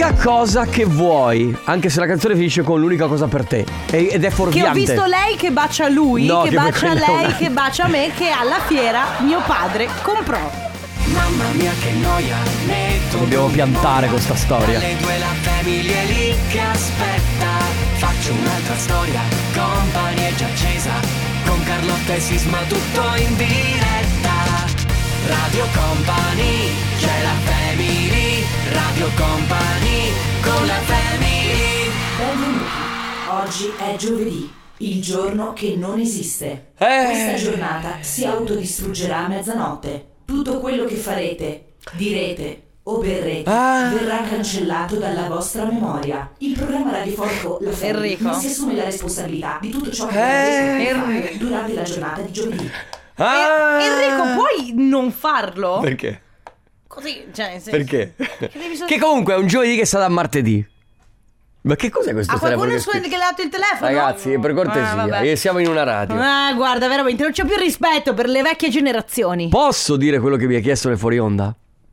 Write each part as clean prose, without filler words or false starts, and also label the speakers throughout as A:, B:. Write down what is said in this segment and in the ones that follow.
A: l'unica cosa che vuoi, anche se la canzone finisce con l'unica cosa per te, ed è fuorviante.
B: Che ho visto lei che bacia lui,
A: no,
B: che bacia lei, che bacia me, che alla fiera mio padre comprò.
C: Mamma mia che noia, metto.
A: Dobbiamo piantare questa storia.
C: Alle 2 la famiglia è lì che aspetta. Faccio un'altra storia, Company è già accesa. Con Carlotta e Sisma tutto in diretta. Radio Company, c'è la family. Radio Company, con la family.
D: Benvenuti, oggi è giovedì, il giorno che non esiste. Questa giornata si autodistruggerà a mezzanotte. Tutto quello che farete, direte o berrete verrà cancellato dalla vostra memoria. Il programma radiofonico La Family
B: Enrico
D: non si assume la responsabilità di tutto ciò che avrete fare durante la giornata di giovedì.
B: Enrico, puoi non farlo?
A: Perché?
B: Così, cioè, nel senso,
A: Perché?
B: devi
A: Che comunque è un giovedì che sta da martedì. Ma che cos'è questo telefono?
B: qualcuno che le ha dato il telefono?
A: Ragazzi, per cortesia, siamo in una radio.
B: Guarda, veramente non c'è più rispetto per le vecchie generazioni.
A: Posso dire quello che mi hai chiesto nel fuori onda?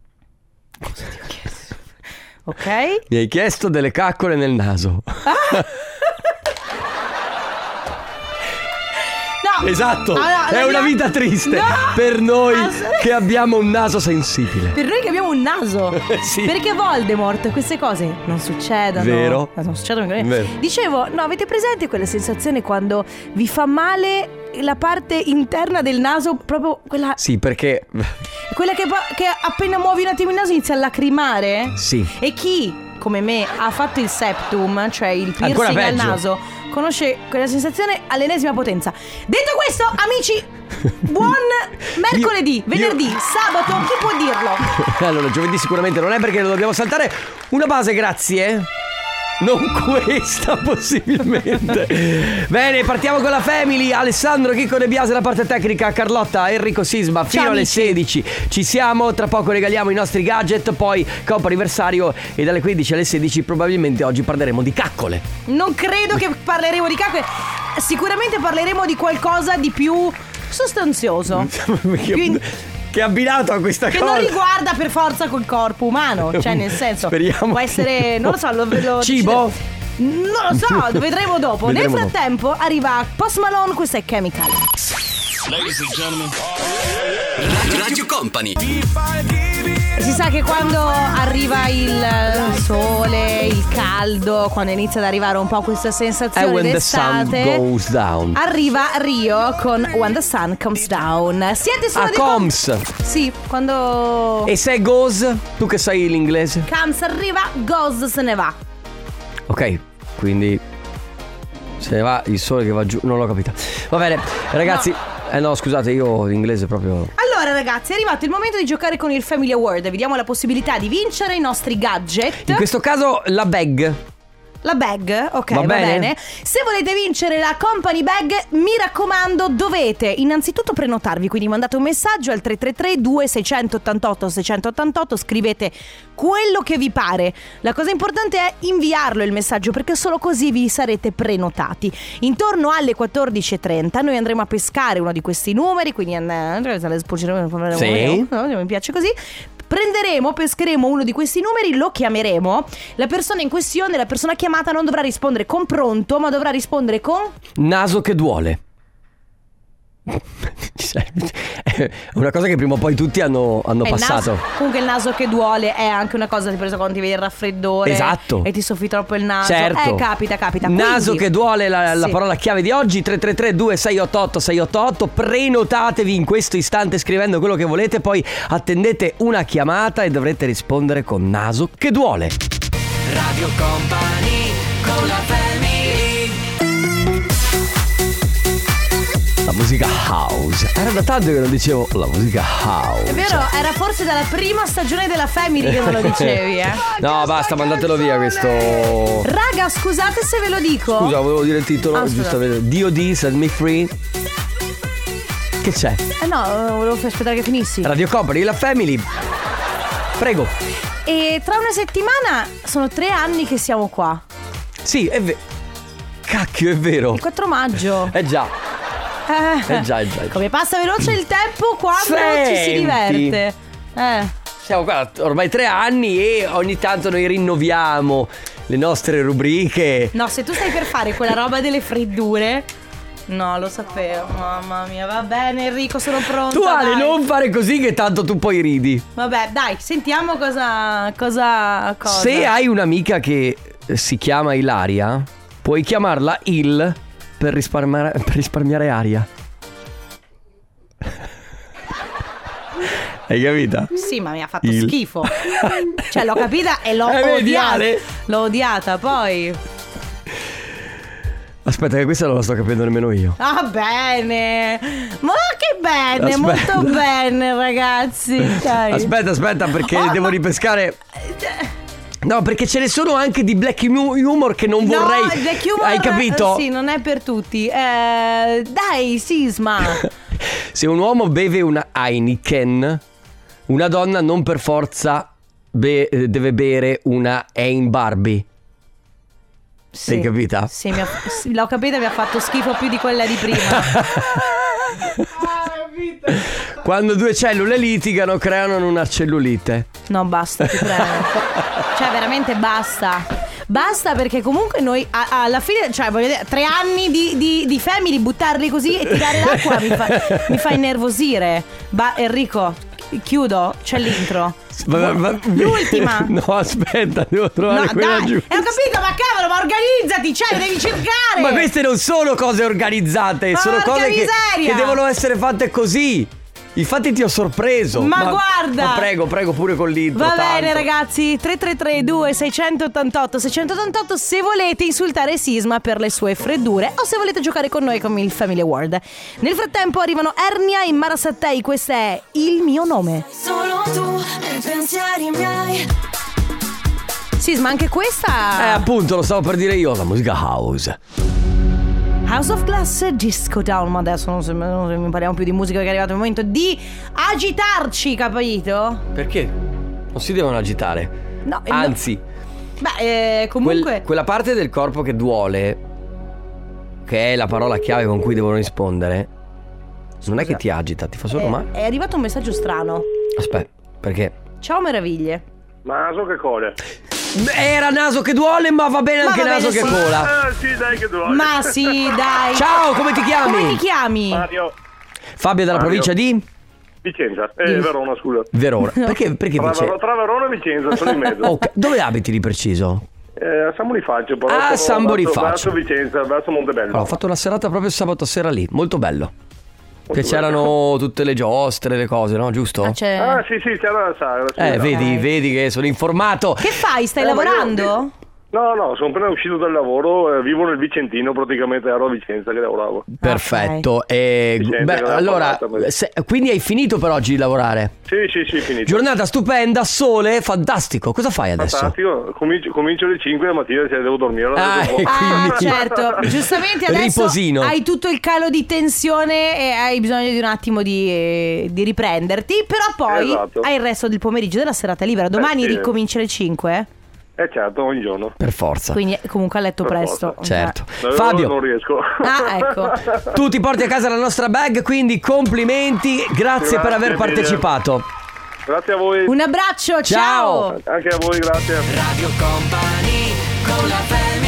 B: Ok.
A: Mi hai chiesto delle caccole nel naso.
B: No.
A: Esatto,
B: Allora,
A: è una vita triste per noi che abbiamo un naso sensibile.
B: Per noi che abbiamo un naso.
A: Sì.
B: Perché Voldemort queste cose non succedono.
A: Vero.
B: Non succedono.
A: Vero.
B: Dicevo, no, avete presente quella sensazione quando vi fa male la parte interna del naso? Proprio quella.
A: Sì, perché.
B: Quella che appena muovi un attimo il naso inizia a lacrimare?
A: Sì.
B: E chi, come me, ha fatto il septum, cioè il
A: Ancora
B: piercing al
A: peggio.
B: naso, conosce quella sensazione all'ennesima potenza. Detto questo, amici, buon mercoledì, venerdì, sabato, chi può dirlo?
A: Allora, giovedì sicuramente non è, perché lo dobbiamo saltare. Una base, grazie. Non questa, possibilmente. Bene, partiamo con la family. Alessandro Chicco De Biase, la parte tecnica, Carlotta, Enrico Sisma, fino alle 16 ci siamo. Tra poco regaliamo i nostri gadget. Poi Coppa anniversario. E dalle 15 alle 16 probabilmente oggi parleremo di caccole.
B: Non credo che parleremo di caccole. Sicuramente parleremo di qualcosa di più sostanzioso.
A: Che è abbinato a questa
B: che
A: cosa.
B: non riguarda per forza col corpo umano. Cioè, nel senso,
A: speriamo
B: può essere, non lo so, lo
A: cibo?
B: Non lo so, lo vedremo dopo.
A: Vedremo
B: Nel frattempo arriva Post Malone, questo è Chemical.
E: Ladies and gentlemen. Radio Company.
B: Si sa che quando arriva il sole, il caldo, quando inizia ad arrivare un po' questa sensazione
A: when
B: d'estate,
A: the sun goes down.
B: arriva Rio con When the Sun Comes Down. Siete solo dei
A: comes.
B: Sì, quando
A: E se goes, tu che sai l'inglese?
B: comes arriva, goes se ne va.
A: Ok, quindi se ne va il sole che va giù. Non l'ho capita. Va bene, ragazzi. No, scusate, io l'inglese proprio.
B: Allora ragazzi, è arrivato il momento di giocare con il Family Award. Vi diamo la possibilità di vincere i nostri gadget.
A: In questo caso la bag.
B: La bag, ok,
A: Va
B: va
A: bene.
B: bene. Se volete vincere la Company Bag, mi raccomando, dovete innanzitutto prenotarvi. Quindi mandate un messaggio al 333-2688-688. Scrivete quello che vi pare. La cosa importante è inviarlo il messaggio, perché solo così vi sarete prenotati. Intorno alle 14:30 noi andremo a pescare uno di questi numeri. Quindi
A: Sì.
B: mi piace così. Pescheremo uno di questi numeri, lo chiameremo. La persona in questione, la persona chiamata, non dovrà rispondere con pronto, ma dovrà rispondere con
A: Naso che duole. È una cosa che prima o poi tutti hanno passato.
B: il naso. Comunque il naso che duole è anche una cosa, ti preso quando ti vedi il raffreddore.
A: Esatto.
B: E ti soffi troppo il naso.
A: Certo.
B: Capita.
A: Naso
B: Quindi,
A: che duole, la
B: sì.
A: parola chiave di oggi. 333-2688-688. Prenotatevi in questo istante scrivendo quello che volete. Poi attendete una chiamata e dovrete rispondere con naso che duole.
C: Radio Company, con la family.
A: La musica house. Era da tanto che non dicevo la musica house.
B: È vero, era forse dalla prima stagione della Family che me lo dicevi,
A: No, basta, mandatelo via questo.
B: Raga, scusate se ve lo dico.
A: Scusa, volevo dire il titolo,
B: Ah,
A: giusto a
B: scusa.
A: vedere. D.O.D. Set Me Free. Che c'è?
B: No, volevo aspettare che finissi.
A: Radio Company, la Family. Prego.
B: E tra una settimana sono 3 anni che siamo qua.
A: Sì, è vero. Cacchio, è vero.
B: Il 4 maggio.
A: Già. Già.
B: Come passa veloce il tempo quando
A: Senti.
B: ci si diverte.
A: siamo qua ormai 3 anni e ogni tanto noi rinnoviamo le nostre rubriche.
B: No, se tu stai per fare quella roba delle freddure. No, lo sapevo, mamma mia, va bene Enrico, sono pronta.
A: Tu Ale,
B: dai.
A: non fare così che tanto tu poi ridi.
B: Vabbè, dai, sentiamo cosa.
A: Se hai un'amica che si chiama Ilaria, puoi chiamarla Il per risparmiare aria. Hai capita?
B: Sì, ma mi ha fatto schifo. Cioè, l'ho capita e l'ho
A: odiata.
B: L'ho odiata, poi.
A: Aspetta, che questa non la sto capendo nemmeno io.
B: Ah, bene. Ma che bene,
A: Aspetta.
B: molto bene, ragazzi. Dai.
A: Aspetta, perché
B: Oh,
A: devo
B: ma-
A: ripescare. No, perché ce ne sono anche di black humor che non vorrei.
B: No, Black Humor,
A: Hai capito?
B: Sì, non è per tutti. Dai, Sisma.
A: Se un uomo beve una Heineken, una donna non per forza deve bere una Ein Barbie.
B: Sì.
A: Hai capita?
B: Sì, sì, l'ho capita, mi ha fatto schifo più di quella di prima.
A: Quando due cellule litigano creano una cellulite.
B: No, basta, ti prego. Cioè, veramente basta. Basta, perché comunque noi alla fine, cioè, voglio dire, 3 anni di family, buttarli così e tirare l'acqua mi fa innervosire. Enrico, chiudo, c'è l'intro. L'ultima.
A: No, aspetta, devo trovare quella
B: dai,
A: giusta.
B: ho capito, ma cavolo, ma organizzati, cioè, devi cercare.
A: Ma queste non sono cose organizzate,
B: Ma
A: sono
B: porca
A: cose
B: miseria.
A: che devono essere fatte così. Infatti ti ho sorpreso.
B: Ma guarda.
A: Ma prego pure con l'intro.
B: Va
A: tanto.
B: bene ragazzi, 3332 688 688 se volete insultare Sisma per le sue freddure o se volete giocare con noi con il Family Award. Nel frattempo arrivano Ernia e Mara Sattei, questo è Il mio nome.
F: Solo tu nei pensieri miei.
B: Sisma, anche questa
A: Appunto, lo stavo per dire io, la musica house.
B: House of Glass Disco Down. Ma adesso non parliamo più di musica, perché è arrivato il momento di agitarci, capito?
A: Perché? Non si devono agitare.
B: No,
A: Anzi,
B: beh, comunque
A: quella parte del corpo che duole, che è la parola chiave con cui devono rispondere, non è che ti agita, ti fa solo male.
B: è arrivato un messaggio strano.
A: Aspetta, perché?
B: Ciao meraviglie.
G: Naso che cola.
A: Era naso che duole, ma va bene
B: Ma
A: anche
B: va
A: naso
B: bene,
A: che
B: sì.
A: cola.
G: Sì, dai che duole.
B: Ma sì, dai.
A: Ciao, come ti chiami?
B: Come ti chiami?
G: Mario.
A: Fabio dalla
G: Mario.
A: provincia di
G: Vicenza. Verona, scusa.
A: Verona. Perché
G: Tra,
A: Vicenza?
G: tra Verona e Vicenza, sono in mezzo.
A: Ok, dove abiti di preciso?
G: A San Bonifacio, però.
A: Ah,
G: sono
A: San Bonifacio.
G: Verso Vicenza, verso Montebello.
A: Allora, ho fatto una serata proprio sabato sera lì, molto bello. Che
G: Molto
A: c'erano tutte le giostre, le cose, no? Giusto?
B: Ah, c'è...
G: sì, c'era la sala.
A: Vedi che sono informato.
B: Che fai? Stai
G: ma io-
B: lavorando?
G: No, sono appena uscito dal lavoro, vivo nel Vicentino, praticamente ero a Vicenza che lavoravo.
A: Perfetto.
G: Vicenza,
A: Beh,
G: che l'ho
A: allora,
G: pagata, ma-
A: quindi hai finito per oggi di lavorare?
G: Sì, finito.
A: Giornata stupenda, sole, fantastico. Cosa fai adesso?
G: Fantastico, comincio alle 5 la mattina, se devo dormire. allora
A: Ah,
G: dopo-
B: Ah, certo. Giustamente adesso
A: Riposino.
B: hai tutto il calo di tensione e hai bisogno di un attimo di riprenderti. Però poi
G: Esatto.
B: hai il resto del pomeriggio della serata libera. Domani
G: sì.
B: ricominci alle 5.
G: certo, ogni giorno.
A: Per forza.
B: Quindi comunque a letto
G: Per
B: presto.
G: forza.
A: Certo.
G: No,
A: Fabio,
G: non riesco.
B: Ah, ecco.
A: tu ti porti a casa la nostra bag, quindi complimenti, grazie per aver
G: mille.
A: partecipato.
G: Grazie a voi.
B: Un abbraccio, ciao.
G: Anche a voi, grazie.
C: Radio Company con la family.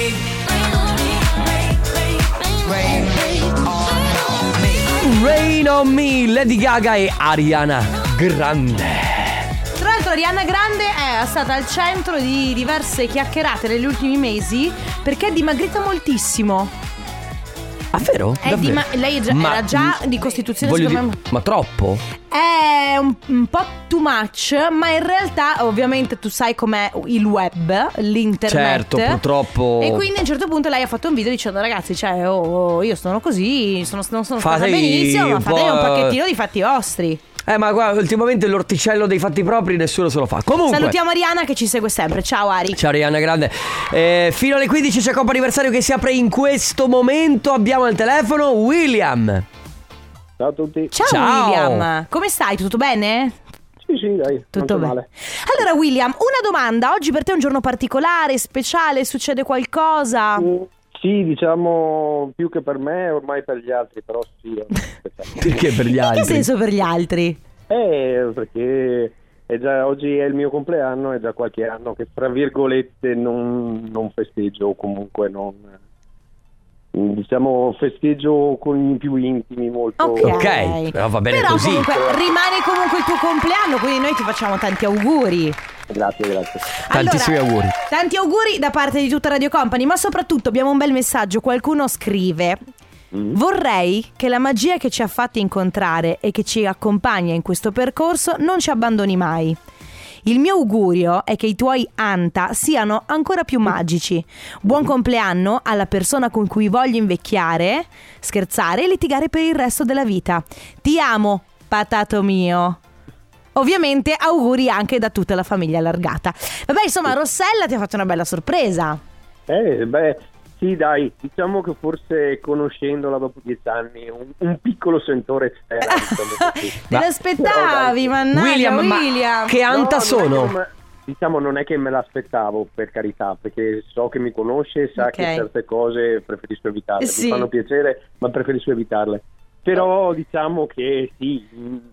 A: Rain on Me, Lady Gaga e Ariana Grande.
B: Tra l'altro Ariana Grande è stata al centro di diverse chiacchierate negli ultimi mesi perché è dimagrita moltissimo.
A: Ah, vero? Davvero?
B: Lei era già di costituzione,
A: voglio
B: secondo me.
A: ma troppo?
B: È un po' too much, ma in realtà ovviamente tu sai com'è il web, l'internet.
A: Certo, purtroppo.
B: E quindi a un certo punto lei ha fatto un video dicendo: ragazzi, cioè, io sono così, non sono stata
A: Fatevi
B: benissimo, ma
A: un
B: fatevi
A: po',
B: un pochettino di fatti vostri.
A: Ma guarda, ultimamente l'orticello dei fatti propri nessuno se lo fa. Comunque,
B: Salutiamo Ariana che ci segue sempre. Ciao Ari.
A: ciao Ariana Grande. Fino alle 15 c'è Coppa Anniversario che si apre in questo momento. Abbiamo al telefono William.
G: Ciao a tutti.
B: Ciao William. Come stai? Tutto bene?
G: Sì, dai.
B: Tutto bene. Allora William, una domanda. Oggi per te è un giorno particolare, speciale, succede qualcosa?
H: Sì, diciamo più che per me, ormai per gli altri, però sì.
A: Perché per gli
B: In che
A: altri?
B: senso per gli altri?
H: Perché oggi è il mio compleanno, è già qualche anno che tra virgolette non festeggio, o comunque non, diciamo, festeggio con i più intimi molto.
A: Ok, però va bene.
B: Però
A: così.
B: comunque rimane comunque il tuo compleanno, quindi noi ti facciamo tanti auguri.
H: Grazie.
A: Tantissimi auguri.
B: Tanti auguri da parte di tutta Radio Company, ma soprattutto abbiamo un bel messaggio. Qualcuno scrive: vorrei che la magia che ci ha fatti incontrare e che ci accompagna in questo percorso non ci abbandoni mai. Il mio augurio è che i tuoi Anta siano ancora più magici. Buon compleanno alla persona con cui voglio invecchiare, scherzare e litigare per il resto della vita. Ti amo, patato mio. Ovviamente auguri anche da tutta la famiglia allargata. Vabbè, insomma, Rossella ti ha fatto una bella sorpresa.
H: Sì, dai, diciamo che forse conoscendola dopo 10 anni un piccolo sentore c'era.
B: Te l'aspettavi, mannaggia, William.
A: Ma che Anta sono?
H: Diciamo, non è che me l'aspettavo, per carità, perché so che mi conosce, sa che certe cose preferisco evitarle.
B: Sì.
H: Mi fanno piacere, ma preferisco evitarle. Però diciamo che sì,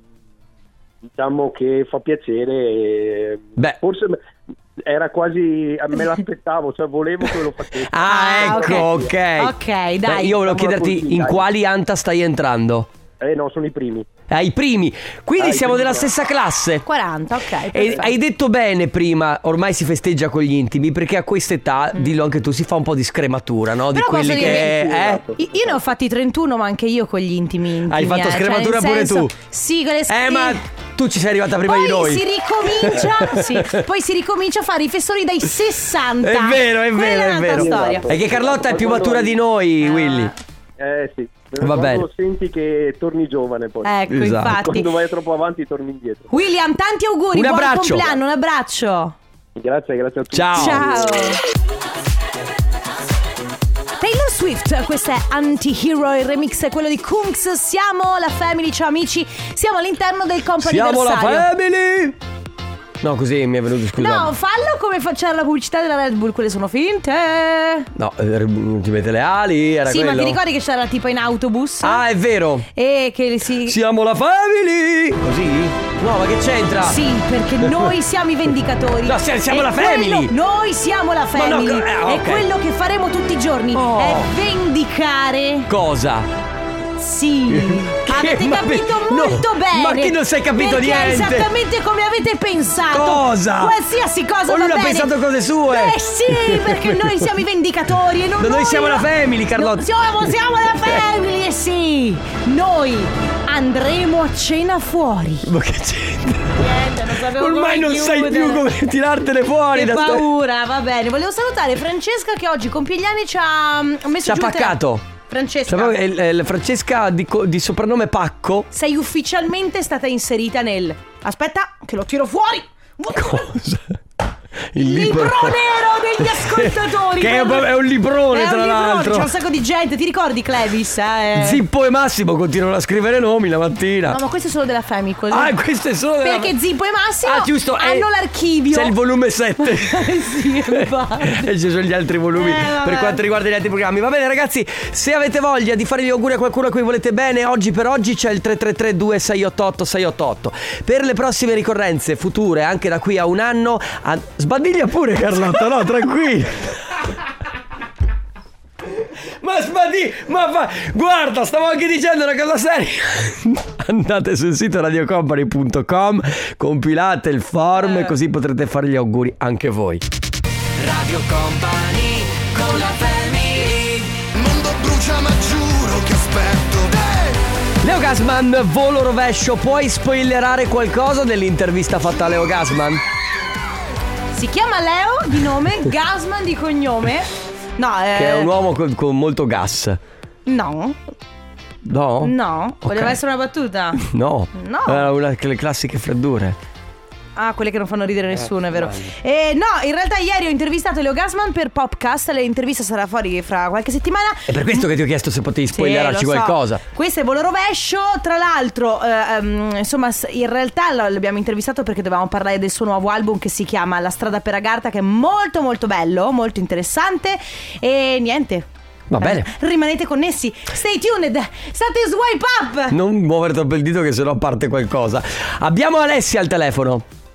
H: diciamo che fa piacere. Forse era quasi, me l'aspettavo, cioè volevo che lo facesse.
A: Ecco, ok,
B: dai.
A: Io volevo chiederti
H: così,
A: in
H: dai.
A: quali Anta stai entrando?
H: No, sono i primi.
A: I primi. Quindi siamo della stessa classe.
B: 40, ok.
A: E
B: perfetto.
A: hai detto bene prima, ormai si festeggia con gli intimi, perché a quest'età, dillo anche tu, si fa un po' di scrematura, no? Di
B: Però
A: quelli
B: posso
A: che
B: dire, io ne ho fatti 31, ma anche io con gli intimi.
A: Hai fatto scrematura
B: cioè, nel
A: pure
B: senso,
A: tu.
B: Sì, con le
A: ma tu ci sei arrivata prima
B: poi
A: di noi.
B: Poi si ricomincia a fare i festoni dai 60.
A: È vero, è
B: Quella
A: vero, è
B: un'altra
A: vero.
B: storia.
A: È che Carlotta è più matura di noi, Willy.
H: Sì.
A: Va bene.
H: Quando senti che torni giovane poi.
B: Ecco,
A: Esatto.
B: infatti.
H: Quando vai troppo avanti torni indietro.
B: William, tanti auguri,
A: Un
B: buon
A: abbraccio.
B: compleanno, un abbraccio.
H: Grazie a tutti.
B: Ciao. Taylor Swift, questo è Anti-Hero, il remix è quello di Kungs. Siamo la Family, ciao amici. Siamo all'interno del
A: Siamo la
B: comp'anniversario.
A: family. No, così mi è venuto, scusa.
B: No, fallo come facciamo la pubblicità della Red Bull, quelle sono finte.
A: No, ti mette le ali, era
B: Sì,
A: quello.
B: ma ti ricordi che c'era tipo in autobus?
A: Ah, è vero.
B: E che si...
A: Siamo la family. Così? No, ma che c'entra?
B: Sì, perché noi siamo i vendicatori.
A: No, siamo
B: E
A: la family.
B: Noi siamo la family.
A: ok.
B: E quello che faremo tutti i giorni è vendicare.
A: Cosa?
B: Sì, avete capito molto bene.
A: Ma che non sei capito
B: perché
A: niente?
B: È esattamente come avete pensato.
A: Cosa?
B: Qualsiasi cosa
A: Ognuno
B: va
A: ha
B: bene.
A: pensato cose sue.
B: Sì, perché noi siamo i vendicatori e non
A: Noi siamo la family, Carlotta.
B: Siamo la family, sì. Noi andremo a cena fuori.
A: Ma che c'entra?
B: Niente, non sapevo
A: Ormai
B: come
A: non sai
B: chiudere.
A: più come tirartene fuori.
B: Che
A: da sta-
B: paura, va bene. Volevo salutare Francesca che oggi compie gli anni, ci ha messo
A: Ci ha
B: giù il
A: paccato.
B: Francesca,
A: Francesca di soprannome Pacco.
B: sei ufficialmente stata inserita nel... Aspetta, che lo tiro fuori.
A: Cosa?
B: Il libro nero degli ascoltatori.
A: Che è un librone, tra l'altro.
B: C'è un sacco di gente. Ti ricordi Clevis?
A: Zippo e Massimo continuano a scrivere nomi la mattina.
B: No, ma questo è solo della Family.
A: Questo è solo della...
B: Perché Zippo e Massimo
A: giusto,
B: hanno l'archivio.
A: C'è il volume 7.
B: Sì, infatti.
A: E ci sono gli altri volumi
B: vabbè.
A: per quanto riguarda gli altri programmi. Va bene ragazzi, se avete voglia di fare gli auguri a qualcuno a cui volete bene, oggi per oggi c'è il 333-2688-688. Per le prossime ricorrenze future, anche da qui a un anno, sbadiglia pure Carlotta, no, tranquillo. Guarda, stavo anche dicendo una cosa seria. Andate sul sito radiocompany.com, compilate il form, così potrete fare gli auguri anche voi.
C: Radio Company con la family.
I: Il mondo brucia ma giuro che aspetto.
A: Leo Gasman, volo rovescio, puoi spoilerare qualcosa dell'intervista fatta a Leo Gasman?
B: Si chiama Leo di nome, Gasman di cognome. No,
A: Che è un uomo con molto gas.
B: No.
A: No?
B: No, voleva
A: Ok.
B: essere una battuta?
A: No.
B: No.
A: Era le classiche freddure.
B: Ah, quelle che non fanno ridere nessuno, è vero. No, in realtà ieri ho intervistato Leo Gasman per Popcast. L'intervista sarà fuori fra qualche settimana.
A: È per questo che ti ho chiesto se potevi spoilerarci
B: Sì, lo so.
A: qualcosa.
B: Questo è Volo Rovescio. Tra l'altro, insomma, in realtà l'abbiamo intervistato perché dovevamo parlare del suo nuovo album che si chiama La strada per Agartha, che è molto molto bello, molto interessante. E niente.
A: Va bene.
B: Rimanete connessi. Stay tuned. State swipe up.
A: Non muovere troppo il dito che sennò parte qualcosa. Abbiamo Alessia al telefono.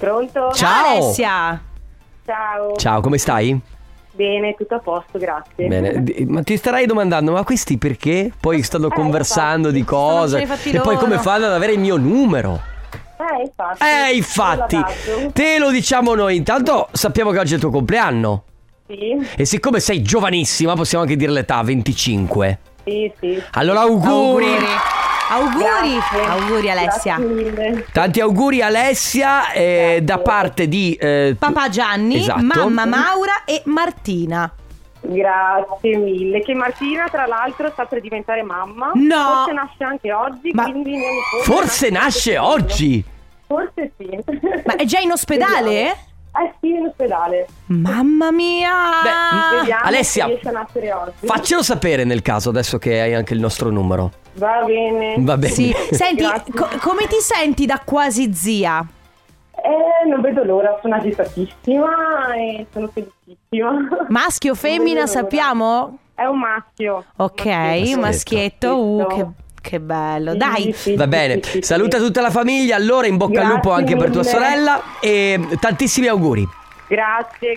J: Pronto?
A: Ciao
B: Alessia.
J: Ciao.
A: Ciao, come stai?
J: Bene, tutto a posto, grazie.
A: Bene, ma ti starai domandando, ma questi perché? Poi stanno conversando di cose e poi come fanno ad avere il mio numero? Infatti, te lo diciamo noi. Intanto sappiamo che oggi è il tuo compleanno.
J: Sì.
A: E siccome sei giovanissima, possiamo anche dire l'età, 25.
J: Sì.
A: Allora auguri.
B: Auguri Alessia.
J: Grazie mille.
A: Tanti auguri Alessia da parte di
B: papà Gianni,
A: esatto.
B: mamma Maura e Martina.
J: Grazie mille. Che Martina tra l'altro sta per diventare mamma.
B: No.
J: Forse nasce anche oggi, quindi mia nipote
A: Forse nasce oggi?
J: Forse sì.
B: Ma è già in ospedale?
J: Sì, in ospedale.
B: Mamma mia.
J: Vediamo
A: Alessia,
J: se riesce a nascere oggi.
A: faccelo sapere nel caso, adesso che hai anche il nostro numero.
J: Va bene.
A: Va bene.
B: Sì. Senti, come ti senti da quasi zia?
J: Non vedo l'ora, sono agitatissima e sono felicissima.
B: Maschio o femmina, sappiamo?
J: È un maschio.
B: Ok, maschietto. Che bello. Dai.
A: Va bene. Saluta tutta la famiglia. Allora in bocca al lupo anche per tua sorella e tantissimi auguri.
J: Grazie.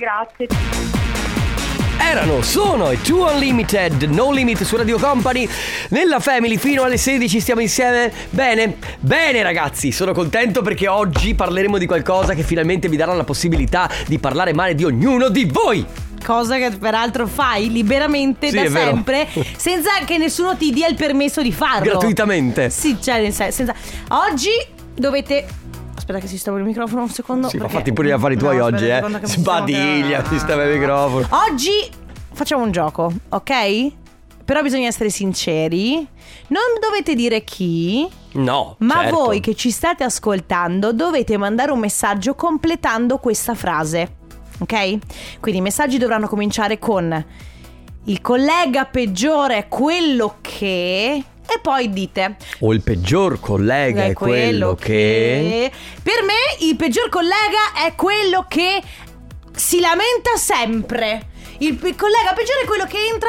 A: Sono i Two Unlimited, No Limit su Radio Company. Nella Family fino alle 16 stiamo insieme. Bene ragazzi, sono contento perché oggi parleremo di qualcosa che finalmente vi darà la possibilità di parlare male di ognuno di voi.
B: Cosa che peraltro fai liberamente da sempre, senza che nessuno ti dia il permesso di farlo.
A: Gratuitamente.
B: Sì, cioè senza. Oggi dovete. Aspetta che sistemo il microfono un secondo.
A: Sì, ma fatti pure gli affari tuoi oggi, Sbadiglia, sistema il microfono.
B: Oggi facciamo un gioco, ok? Però bisogna essere sinceri. Non dovete dire chi.
A: No,
B: ma
A: certo.
B: Voi che ci state ascoltando dovete mandare un messaggio completando questa frase. Ok? Quindi i messaggi dovranno cominciare con: il collega peggiore è quello che... E poi dite:
A: o il peggior collega è quello che...
B: Per me il peggior collega è quello che si lamenta sempre. Il collega peggiore è quello che entra...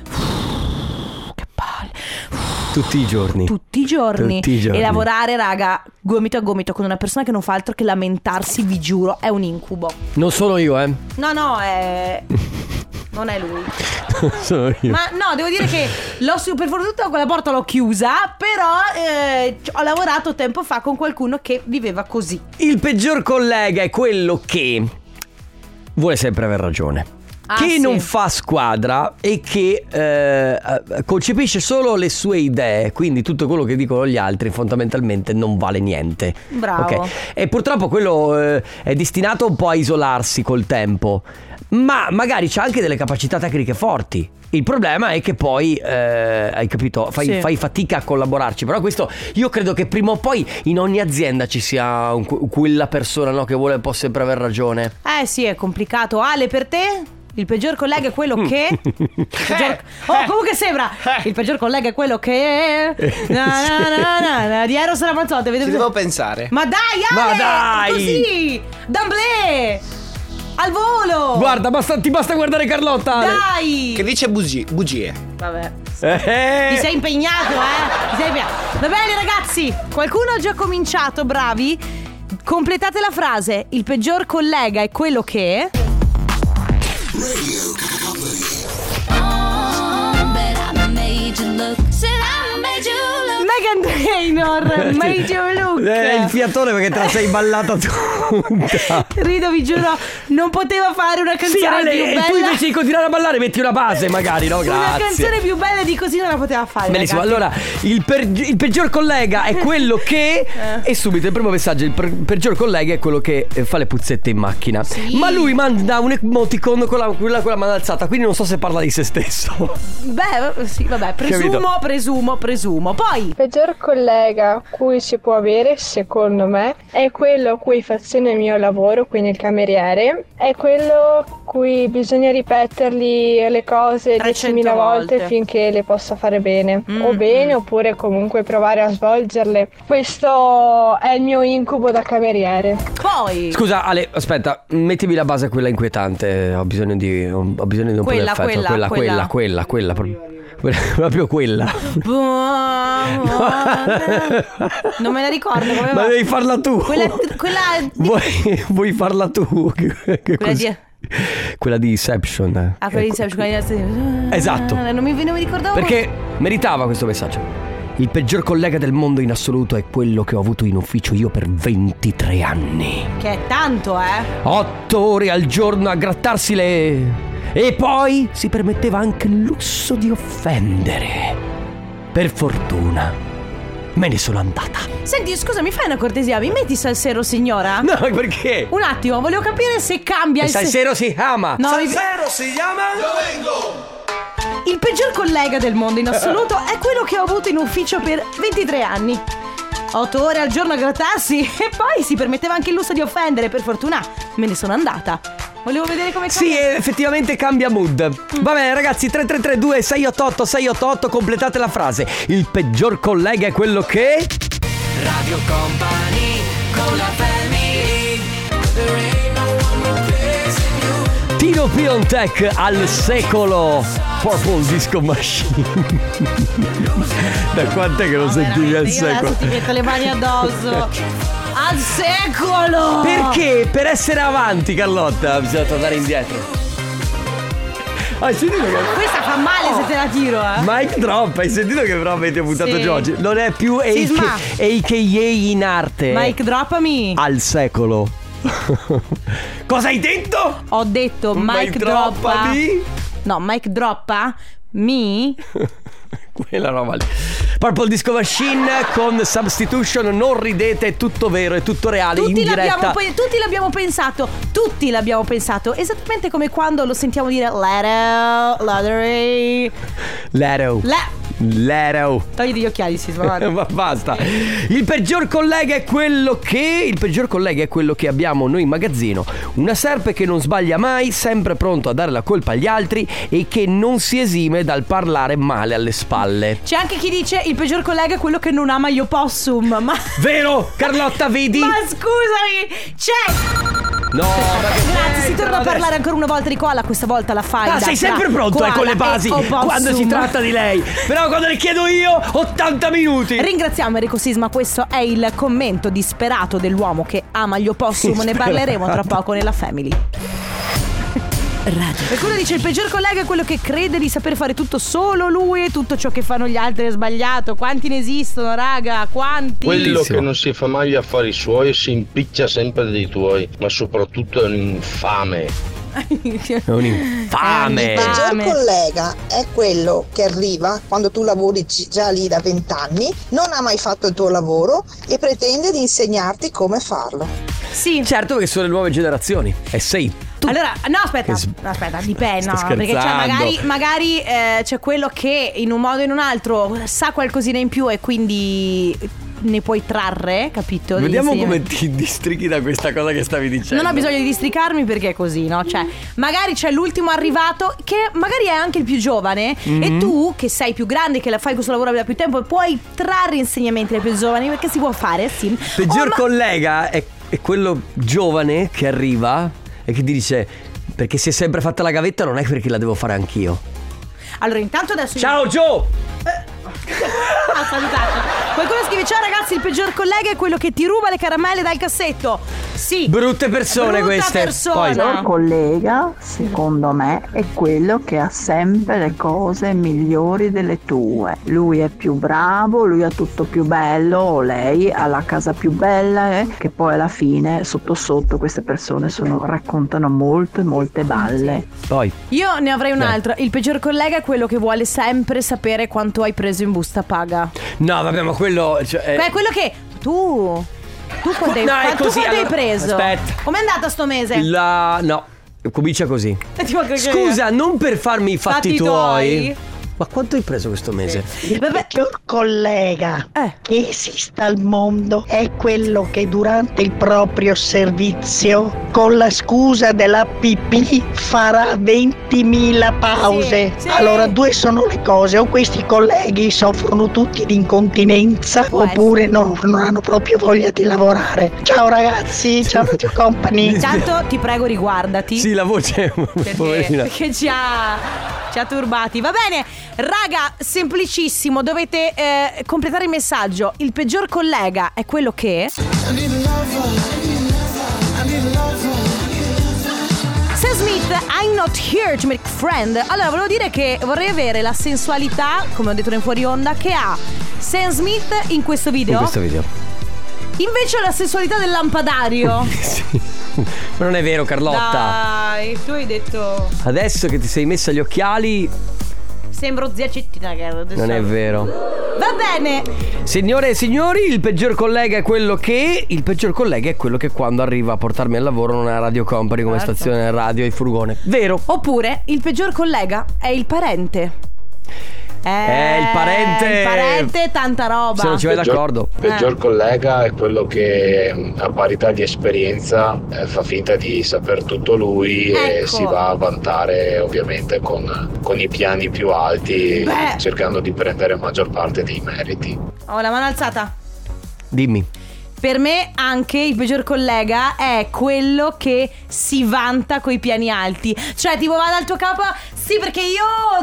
B: Che palle.
A: Tutti i giorni.
B: E lavorare, raga, gomito a gomito con una persona che non fa altro che lamentarsi, vi giuro, è un incubo.
A: Non sono io,
B: No, è... Non è lui.
A: Sono io.
B: Ma no, devo dire che per fortuna quella porta l'ho chiusa. Però ho lavorato tempo fa con qualcuno che viveva così.
A: Il peggior collega è quello che vuole sempre aver ragione, che
B: sì.
A: non fa squadra e che concepisce solo le sue idee. Quindi tutto quello che dicono gli altri fondamentalmente non vale niente.
B: Bravo.
A: Okay. E purtroppo quello è destinato un po' a isolarsi col tempo, ma magari c'ha anche delle capacità tecniche forti. Il problema è che poi hai capito, fai fatica a collaborarci. Però questo, io credo che prima o poi in ogni azienda ci sia quella persona, no, che vuole un po' sempre aver ragione.
B: Sì, è complicato. Ale, per te? Il peggior collega è quello che... comunque sembra il peggior collega è quello che... Di Eros Ramazzotti.
K: Ci devo pensare.
B: Ma dai, Ale!
A: Ma dai!
B: Così! D'amblè! Al volo!
A: Guarda, ti basta guardare Carlotta, Ale.
B: Dai!
K: Che dice bugie.
B: Vabbè. Ti sei impegnato, Va bene, ragazzi, qualcuno ha già cominciato, bravi. Completate la frase. Il peggior collega è quello che... Meghan Trainor, Made You Look.
A: Il fiatone perché te la sei ballata tutta.
B: Rido, vi giuro, non poteva fare una canzone
A: Ale,
B: più bella.
A: E tu invece di continuare a ballare metti una base magari, no? Grazie.
B: Una canzone più bella di così non la poteva fare.
A: Benissimo,
B: ragazzi.
A: allora il peggior collega è quello che... E subito il primo messaggio: il peggior collega è quello che fa le puzzette in macchina.
B: Sì.
A: Ma lui manda un emoticon con la mano alzata, quindi non so se parla di se stesso.
B: Beh, sì, vabbè, presumo. Poi
L: peggior collega cui si può avere, secondo me, è quello a cui facendo il mio lavoro, quindi il cameriere, è quello cui bisogna ripetergli le cose 10.000 volte finché le possa fare bene, o bene, oppure comunque provare a svolgerle. Questo è il mio incubo da cameriere.
B: Poi
A: scusa Ale, aspetta, mettimi la base quella inquietante. Ho bisogno di un po' di affetto. Quella proprio. Proprio quella.
B: Non me la ricordo come
A: Ma
B: va.
A: devi farla tu.
B: Quella
A: Vuoi farla tu? Quella di Inception.
B: quella di Inception.
A: Esatto.
B: Non mi ricordavo.
A: Perché meritava questo messaggio. Il peggior collega del mondo in assoluto è quello che ho avuto in ufficio io per 23 anni.
B: Che è tanto,
A: 8 ore al giorno a grattarsi le... E poi si permetteva anche il lusso di offendere. Per fortuna me ne sono andata.
B: Senti, scusa, mi fai una cortesia? Mi metti Salsero signora?
A: No, perché?
B: Un attimo, volevo capire se cambia il
A: Salsero si ama.
B: No,
I: Salsero si chiama? Io vengo!
B: Il peggior collega del mondo in assoluto è quello che ho avuto in ufficio per 23 anni. 8 ore al giorno a grattarsi e poi si permetteva anche il lusso di offendere. Per fortuna me ne sono andata. Volevo vedere come cambia.
A: Sì, effettivamente cambia mood. Va bene ragazzi, 3332 688 688, completate la frase. Il peggior collega è quello che...
C: Radio Company con la family.
A: Tino Piontek al secolo. Purple Disco Machine. Da quant'è che lo sentivi al secolo?
B: Adesso ti metto le mani addosso. Al secolo.
A: Perché? Per essere avanti, Carlotta, bisogna tornare indietro. Hai sentito che...
B: Questa fa male se te la tiro,
A: Mic drop, hai sentito che però avete buttato
B: Sì.
A: giù oggi? Non è più AKA in arte.
B: Mic droppami.
A: Al secolo. Cosa hai detto?
B: Ho detto mic droppa.
A: droppami.
B: No, mic droppa mi.
A: Quella roba lì. Purple Disco Machine con Substitution. Non ridete, è tutto vero, è tutto reale.
B: Tutti
A: in diretta.
B: tutti l'abbiamo pensato. Tutti l'abbiamo pensato. Esattamente come quando lo sentiamo dire
A: Lero.
B: Togliti gli occhiali, Sisma.
A: Ma basta. Il peggior collega è quello che abbiamo noi in magazzino. Una serpe che non sbaglia mai, sempre pronto a dare la colpa agli altri e che non si esime dal parlare male alle spalle.
B: C'è anche chi dice il peggior collega è quello che non ama gli opossum. Ma
A: vero, Carlotta, vedi?
B: Ma scusami, c'è.
A: No,
B: grazie, si torna a parlare ancora una volta di koala. Questa volta la fai.
A: Sei sempre pronto con le basi quando si tratta di lei. Però quando le chiedo io 80 minuti.
B: Ringraziamo Enrico Sisma. Questo è il commento disperato dell'uomo che ama gli opossum. Ne parleremo tra poco nella Family. Radio. Qualcuno dice il peggior collega è quello che crede di saper fare tutto solo lui e tutto ciò che fanno gli altri è sbagliato. Quanti ne esistono, raga? Quanti?
M: Quello che non si fa mai gli affari suoi e si impiccia sempre dei tuoi, ma soprattutto è un infame.
A: È un infame.
N: Il peggior collega è quello che arriva quando tu lavori già lì da 20 anni, non ha mai fatto il tuo lavoro e pretende di insegnarti come farlo.
B: Sì,
A: certo che sono le nuove generazioni. E sei tu.
B: Allora, no, aspetta, dipende, no, perché magari c'è quello che in un modo o in un altro sa qualcosina in più e quindi ne puoi trarre, capito?
A: Vediamo come ti distrighi da questa cosa che stavi dicendo.
B: Non ho bisogno di districarmi perché è così, no? Cioè, magari c'è l'ultimo arrivato che magari è anche il più giovane e tu, che sei più grande, che fai questo lavoro da più tempo, puoi trarre insegnamenti dai più giovani, perché si può fare, sì.
A: Peggior collega è quello giovane che arriva e che ti dice: perché si è sempre fatta la gavetta, non è perché la devo fare anch'io.
B: Allora, intanto adesso
A: ciao Joe.
B: Ha salutato. Qualcuno scrive: ciao ragazzi, il peggior collega è quello che ti ruba le caramelle dal cassetto. Sì,
A: brutte persone queste.
B: Persona.
O: Il peggior collega, secondo me, è quello che ha sempre le cose migliori delle tue. Lui è più bravo, lui ha tutto più bello, o lei ha la casa più bella, che poi alla fine sotto sotto queste persone raccontano molte balle.
A: Poi
B: io ne avrei un altro. Il peggior collega è quello che vuole sempre sapere quanto hai preso in busta paga.
A: No, vabbè, ma quello
B: è quello che tu quanto hai preso?
A: Aspetta.
B: Com'è andata sto mese?
A: No, comincia così. Scusa, non per farmi i fatti tuoi. Ma quanto hai preso questo mese?
P: Il peggior collega che esista al mondo è quello che durante il proprio servizio, con la scusa della pipì, farà 20.000 pause.
B: Sì.
P: Allora, due sono le cose: o questi colleghi soffrono tutti di incontinenza, oppure non hanno proprio voglia di lavorare. Ciao ragazzi, ciao Radio Company.
B: Intanto ti prego, riguardati.
A: Sì, la voce
B: perché già Ci ha turbati. Va bene, raga, semplicissimo. Dovete completare il messaggio. Il peggior collega è quello che... Sam Smith, I'm not here to make friend. Allora, volevo dire che vorrei avere la sensualità, come ho detto in fuori onda, che ha Sam Smith in questo video.
A: In questo video.
B: Invece la sensualità del lampadario.
A: Sì. Ma non è vero, Carlotta.
B: Dai, tu hai detto...
A: Adesso che ti sei messa gli occhiali...
B: Sembro zia Cettina.
A: Non è vero.
B: Va bene.
A: Signore e signori, il peggior collega è quello che... Il peggior collega è quello che quando arriva a portarmi al lavoro non ha Radio Company come stazione radio e furgone. Vero.
B: Oppure il peggior collega è il parente.
A: Il parente,
B: tanta roba.
A: Se non ci vai d'accordo.
M: Il peggior collega è quello che a parità di esperienza fa finta di saper tutto lui, e si va a vantare ovviamente con i piani più alti, cercando di prendere maggior parte dei meriti.
B: Ho la mano alzata.
A: Dimmi.
B: Per me anche il peggior collega è quello che si vanta coi piani alti. Cioè tipo va dal tuo capo, sì perché io,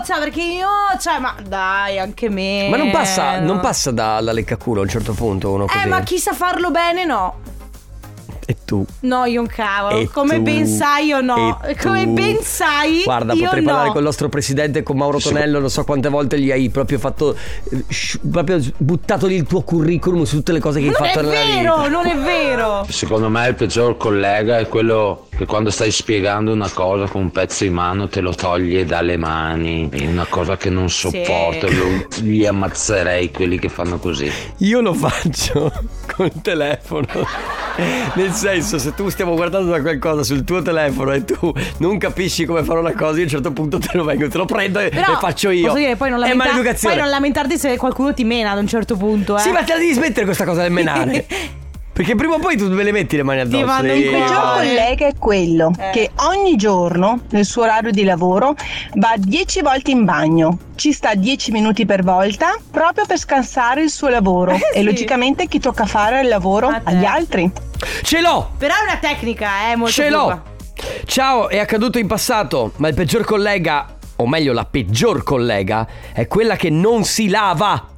B: ma dai, anche me.
A: Ma non passa dalla leccaculo a un certo punto uno così.
B: Ma chi sa farlo bene no.
A: E tu?
B: No, io un cavolo.
A: E
B: come
A: tu?
B: ben sai io no. Come ben sai.
A: Guarda,
B: io
A: potrei
B: no.
A: parlare con il nostro presidente, con Mauro Tonello. Non so quante volte gli hai proprio fatto proprio buttato lì il tuo curriculum su tutte le cose che hai fatto nella vita.
B: Non è vero.
M: Secondo me il peggior collega è quello che quando stai spiegando una cosa con un pezzo in mano te lo toglie dalle mani. È una cosa che non sopporto. Li ammazzerei quelli che fanno così.
A: Io lo faccio col telefono. Nel senso, se tu stiamo guardando da qualcosa sul tuo telefono e tu non capisci come fare una cosa, io a un certo punto te lo prendo e faccio io.
B: Posso dire, poi non lamentarti se qualcuno ti mena ad un certo punto.
A: Sì, ma te la devi smettere questa cosa del menare. Perché prima o poi tu me le metti le mani addosso.
O: Il peggior collega è quello che ogni giorno nel suo orario di lavoro va 10 volte in bagno, ci sta 10 minuti per volta proprio per scansare il suo lavoro e logicamente chi tocca fare il lavoro agli altri.
A: Ce l'ho!
B: Però è una tecnica, molto
A: Ce l'ho! Ciao, è accaduto in passato, ma il peggior collega, o meglio la peggior collega, è quella che non si lava.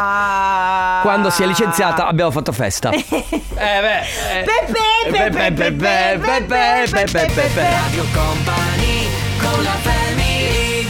A: Quando si è licenziata abbiamo fatto festa.
C: Radio Company con la family.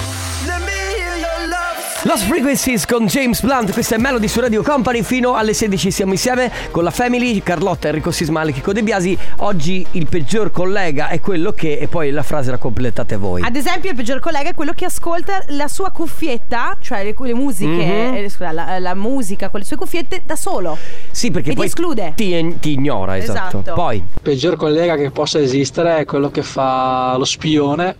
A: Lost Frequencies con James Blunt. Questa è Melody su Radio Company. Fino alle 16 siamo insieme con la family. Carlotta, Enrico Sismale, Chico De Biasi. Oggi il peggior collega è quello che... E poi la frase la completate voi.
B: Ad esempio il peggior collega è quello che ascolta la sua cuffietta, cioè le musiche, la musica con le sue cuffiette da solo.
A: Sì, perché
B: e
A: poi
B: ti esclude.
A: Ti ignora, esatto. Poi
Q: il peggior collega che possa esistere è quello che fa lo spione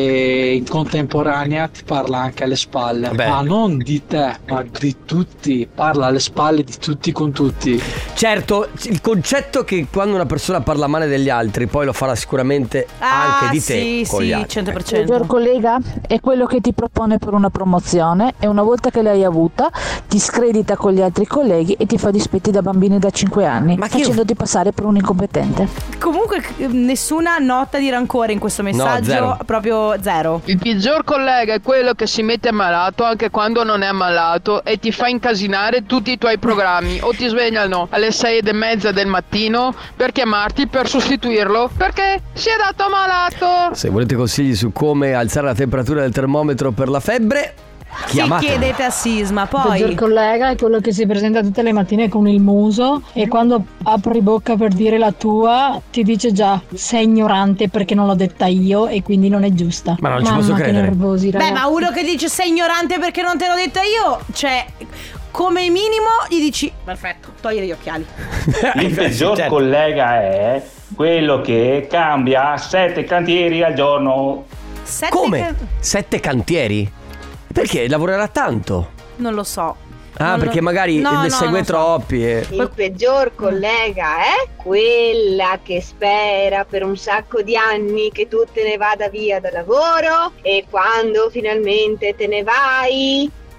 Q: e in contemporanea ti parla anche alle spalle. Ma non di te, ma di tutti. Parla alle spalle di tutti con tutti.
A: Certo, il concetto che quando una persona parla male degli altri poi lo farà sicuramente anche di te con gli altri.
B: 100%.
R: Il peggior collega è quello che ti propone per una promozione e una volta che l'hai avuta ti scredita con gli altri colleghi e ti fa dispetti da bambini da 5 anni, facendoti passare per un incompetente.
B: Comunque nessuna nota di rancore in questo messaggio,
A: zero.
B: Proprio zero.
S: Il peggior collega è quello che si mette ammalato anche quando non è ammalato e ti fa incasinare tutti i tuoi programmi o ti svegliano alle 6:30 del mattino per chiamarti per sostituirlo perché si è dato ammalato.
A: Se volete consigli su come alzare la temperatura del termometro per la febbre, chiamate.
B: Chiedete a Sisma.
T: Il
B: Poi
T: peggior collega è quello che si presenta tutte le mattine con il muso e quando apri bocca per dire la tua ti dice già sei ignorante perché non l'ho detta io e quindi non è giusta.
A: Ma non ci posso credere.
T: Nervosi,
B: beh, ma uno che dice sei ignorante perché non te l'ho detta io, cioè come minimo gli dici perfetto, togli gli occhiali.
U: Il peggior collega è quello che cambia 7 cantieri al giorno.
A: Come? 7 cantieri? Perché lavorerà tanto?
B: Non lo so.
A: Perché magari ne segue troppi.
V: Il peggior collega è quella che spera per un sacco di anni che tu te ne vada via dal lavoro e quando finalmente te ne vai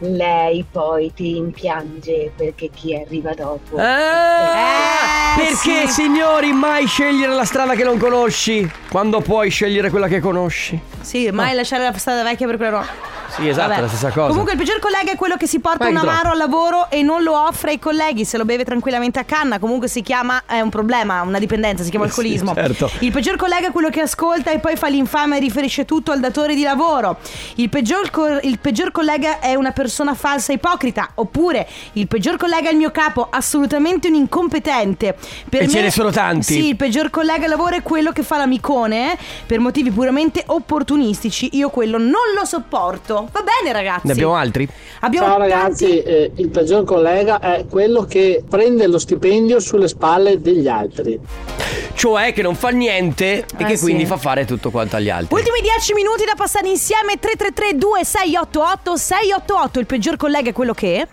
V: lei poi ti rimpiange perché ti arriva dopo.
A: Perché signori, mai scegliere la strada che non conosci quando puoi scegliere quella che conosci.
B: Sì, mai lasciare la strada vecchia per quella nuova.
A: Sì, esatto,
B: Vabbè.
A: la stessa cosa.
B: Comunque il peggior collega è quello che si porta un amaro al lavoro e non lo offre ai colleghi, se lo beve tranquillamente a canna. Comunque si chiama, è un problema, una dipendenza, si chiama alcolismo.
A: Sì, certo.
B: Il peggior collega è quello che ascolta e poi fa l'infame e riferisce tutto al datore di lavoro. Il peggior collega è una persona falsa e ipocrita. Oppure il peggior collega è il mio capo, assolutamente un incompetente.
A: E ce ne sono tanti.
B: Sì, il peggior collega al lavoro è quello che fa l'amicone per motivi puramente opportunistici. Io quello non lo sopporto. Va bene, ragazzi.
A: Ne abbiamo altri?
B: Abbiamo
Q: Ciao ragazzi, il peggior collega è quello che prende lo stipendio sulle spalle degli altri.
A: Cioè che non fa niente e che
B: sì.
A: quindi fa fare tutto quanto agli altri.
B: Ultimi 10 minuti da passare insieme. 333 2688 688. Il peggior collega è quello che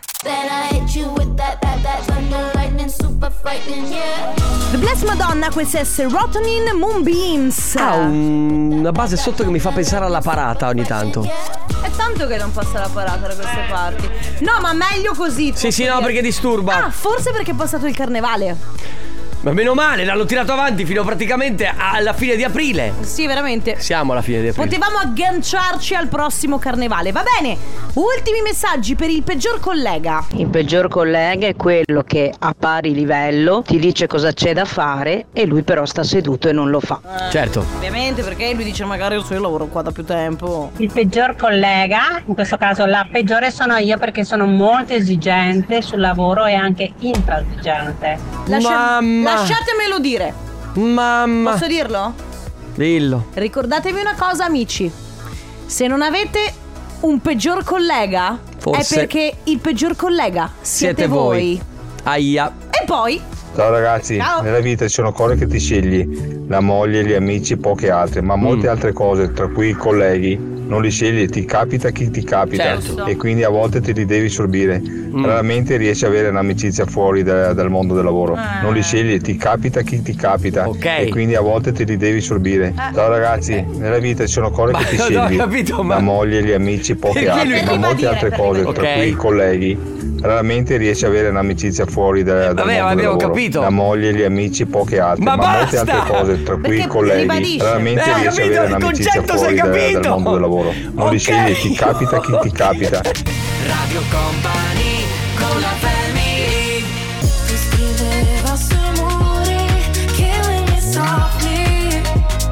B: The Blessed Madonna, questa è Serotonin Moonbeams.
A: Ha una base sotto che mi fa pensare alla parata ogni tanto.
B: È tanto che non passa la parata da queste parti. No, ma meglio così.
A: Sì, no, perché disturba.
B: Forse perché è passato il carnevale.
A: Ma meno male, l'hanno tirato avanti fino praticamente alla fine di aprile.
B: Sì, veramente.
A: Siamo alla fine di aprile.
B: Potevamo agganciarci al prossimo carnevale. Va bene. Ultimi messaggi per il peggior collega.
D: Il peggior collega è quello che a pari livello ti dice cosa c'è da fare e lui però sta seduto e non lo fa.
A: Certo.
B: Ovviamente, perché lui dice magari io lavoro qua da più tempo.
E: Il peggior collega, in questo caso la peggiore sono io, perché sono molto esigente sul lavoro e anche intransigente.
B: Lasciatemelo dire.
A: Mamma.
B: Posso dirlo?
A: Dillo.
B: Ricordatevi una cosa, amici. Se non avete un peggior collega,
A: forse
B: è perché il peggior collega siete voi.
A: Aia.
B: E poi
W: Ciao ragazzi,
B: Ciao.
W: Nella vita ci sono cose che ti scegli, la moglie, gli amici, poche altre, ma molte altre cose, tra cui i colleghi, non li scegli, ti capita chi ti capita,
A: certo.
W: E quindi a volte te li devi sorbire. Raramente riesci a avere un'amicizia fuori dal mondo del lavoro, non li scegli, ti capita chi ti capita, e quindi a volte te li devi sorbire. Ciao ragazzi, nella vita ci sono cose che ti scegli, la moglie, gli amici, poche altre, ma molte altre cose, tra cui i colleghi. Raramente riesci a avere un'amicizia fuori dal mondo del lavoro.
A: Capito.
W: La moglie, gli amici, poche altre, ma molte altre cose, tra cui i colleghi. Raramente riesci a avere un'amicizia fuori dal mondo del lavoro. Non li scegli, ti capita chi ti capita.
C: Radio Company con la family.
F: Tu scriveva sul muro, killing me softly.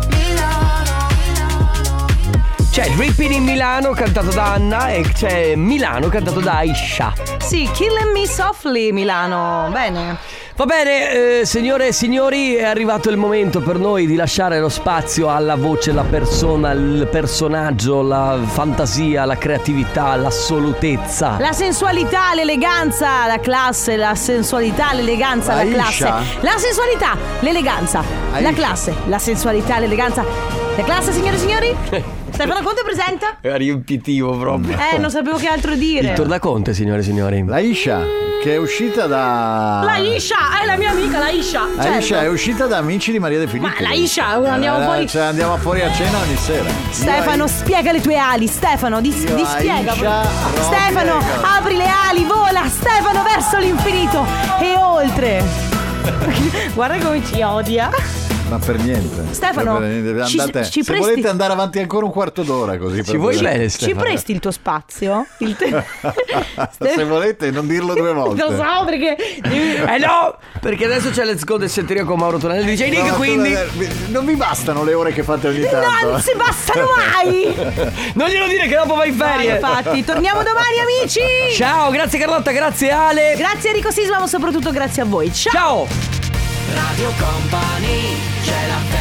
F: Milano.
A: C'è Dripping in Milano cantato da Anna e c'è Milano cantato da Aisha.
B: sì, Killing Me Softly, Milano. Bene.
A: Va bene, signore e signori, è arrivato il momento per noi di lasciare lo spazio alla voce, la persona, il personaggio, la fantasia, la creatività, l'assolutezza.
B: La sensualità, l'eleganza, la classe, la sensualità, l'eleganza, la classe. La sensualità, l'eleganza, la classe, la sensualità, l'eleganza. La classe, signore e signori? Stefano Conte presenta?
A: È riempitivo proprio.
B: Non sapevo che altro dire.
A: Il tornaconte, signore e signori.
X: La Isha, che è uscita da...
B: La Isha, è la mia amica, la Isha.
X: La Isha è uscita da Amici di Maria De Filippi.
B: Ma la Isha, andiamo fuori.
X: Cioè andiamo fuori a cena ogni sera.
B: Stefano, spiega le tue ali. Stefano, dispiega. Stefano, apri le ali, vola. Stefano, verso l'infinito e oltre. Guarda come ci odia.
X: Ma per niente.
B: Stefano,
X: ci
B: se
X: presti... volete andare avanti ancora un quarto d'ora così.
A: Ci vuoi bene, Stefano?
B: Ci presti il tuo spazio?
X: Se volete non dirlo due volte.
B: Lo so perché
A: no, perché adesso c'è Let's Go del Setteria con Mauro Tonelli di DJ Nick, quindi
X: non vi bastano le ore che fate ogni tanto.
B: Non si bastano mai.
A: Non glielo dire che dopo vai in ferie.
B: Infatti, torniamo domani, amici.
A: Ciao, grazie Carlotta, grazie Ale.
B: Grazie Enrico Sisma, ma soprattutto grazie a voi. Ciao.
A: Ciao.
C: Radio Company, c'è la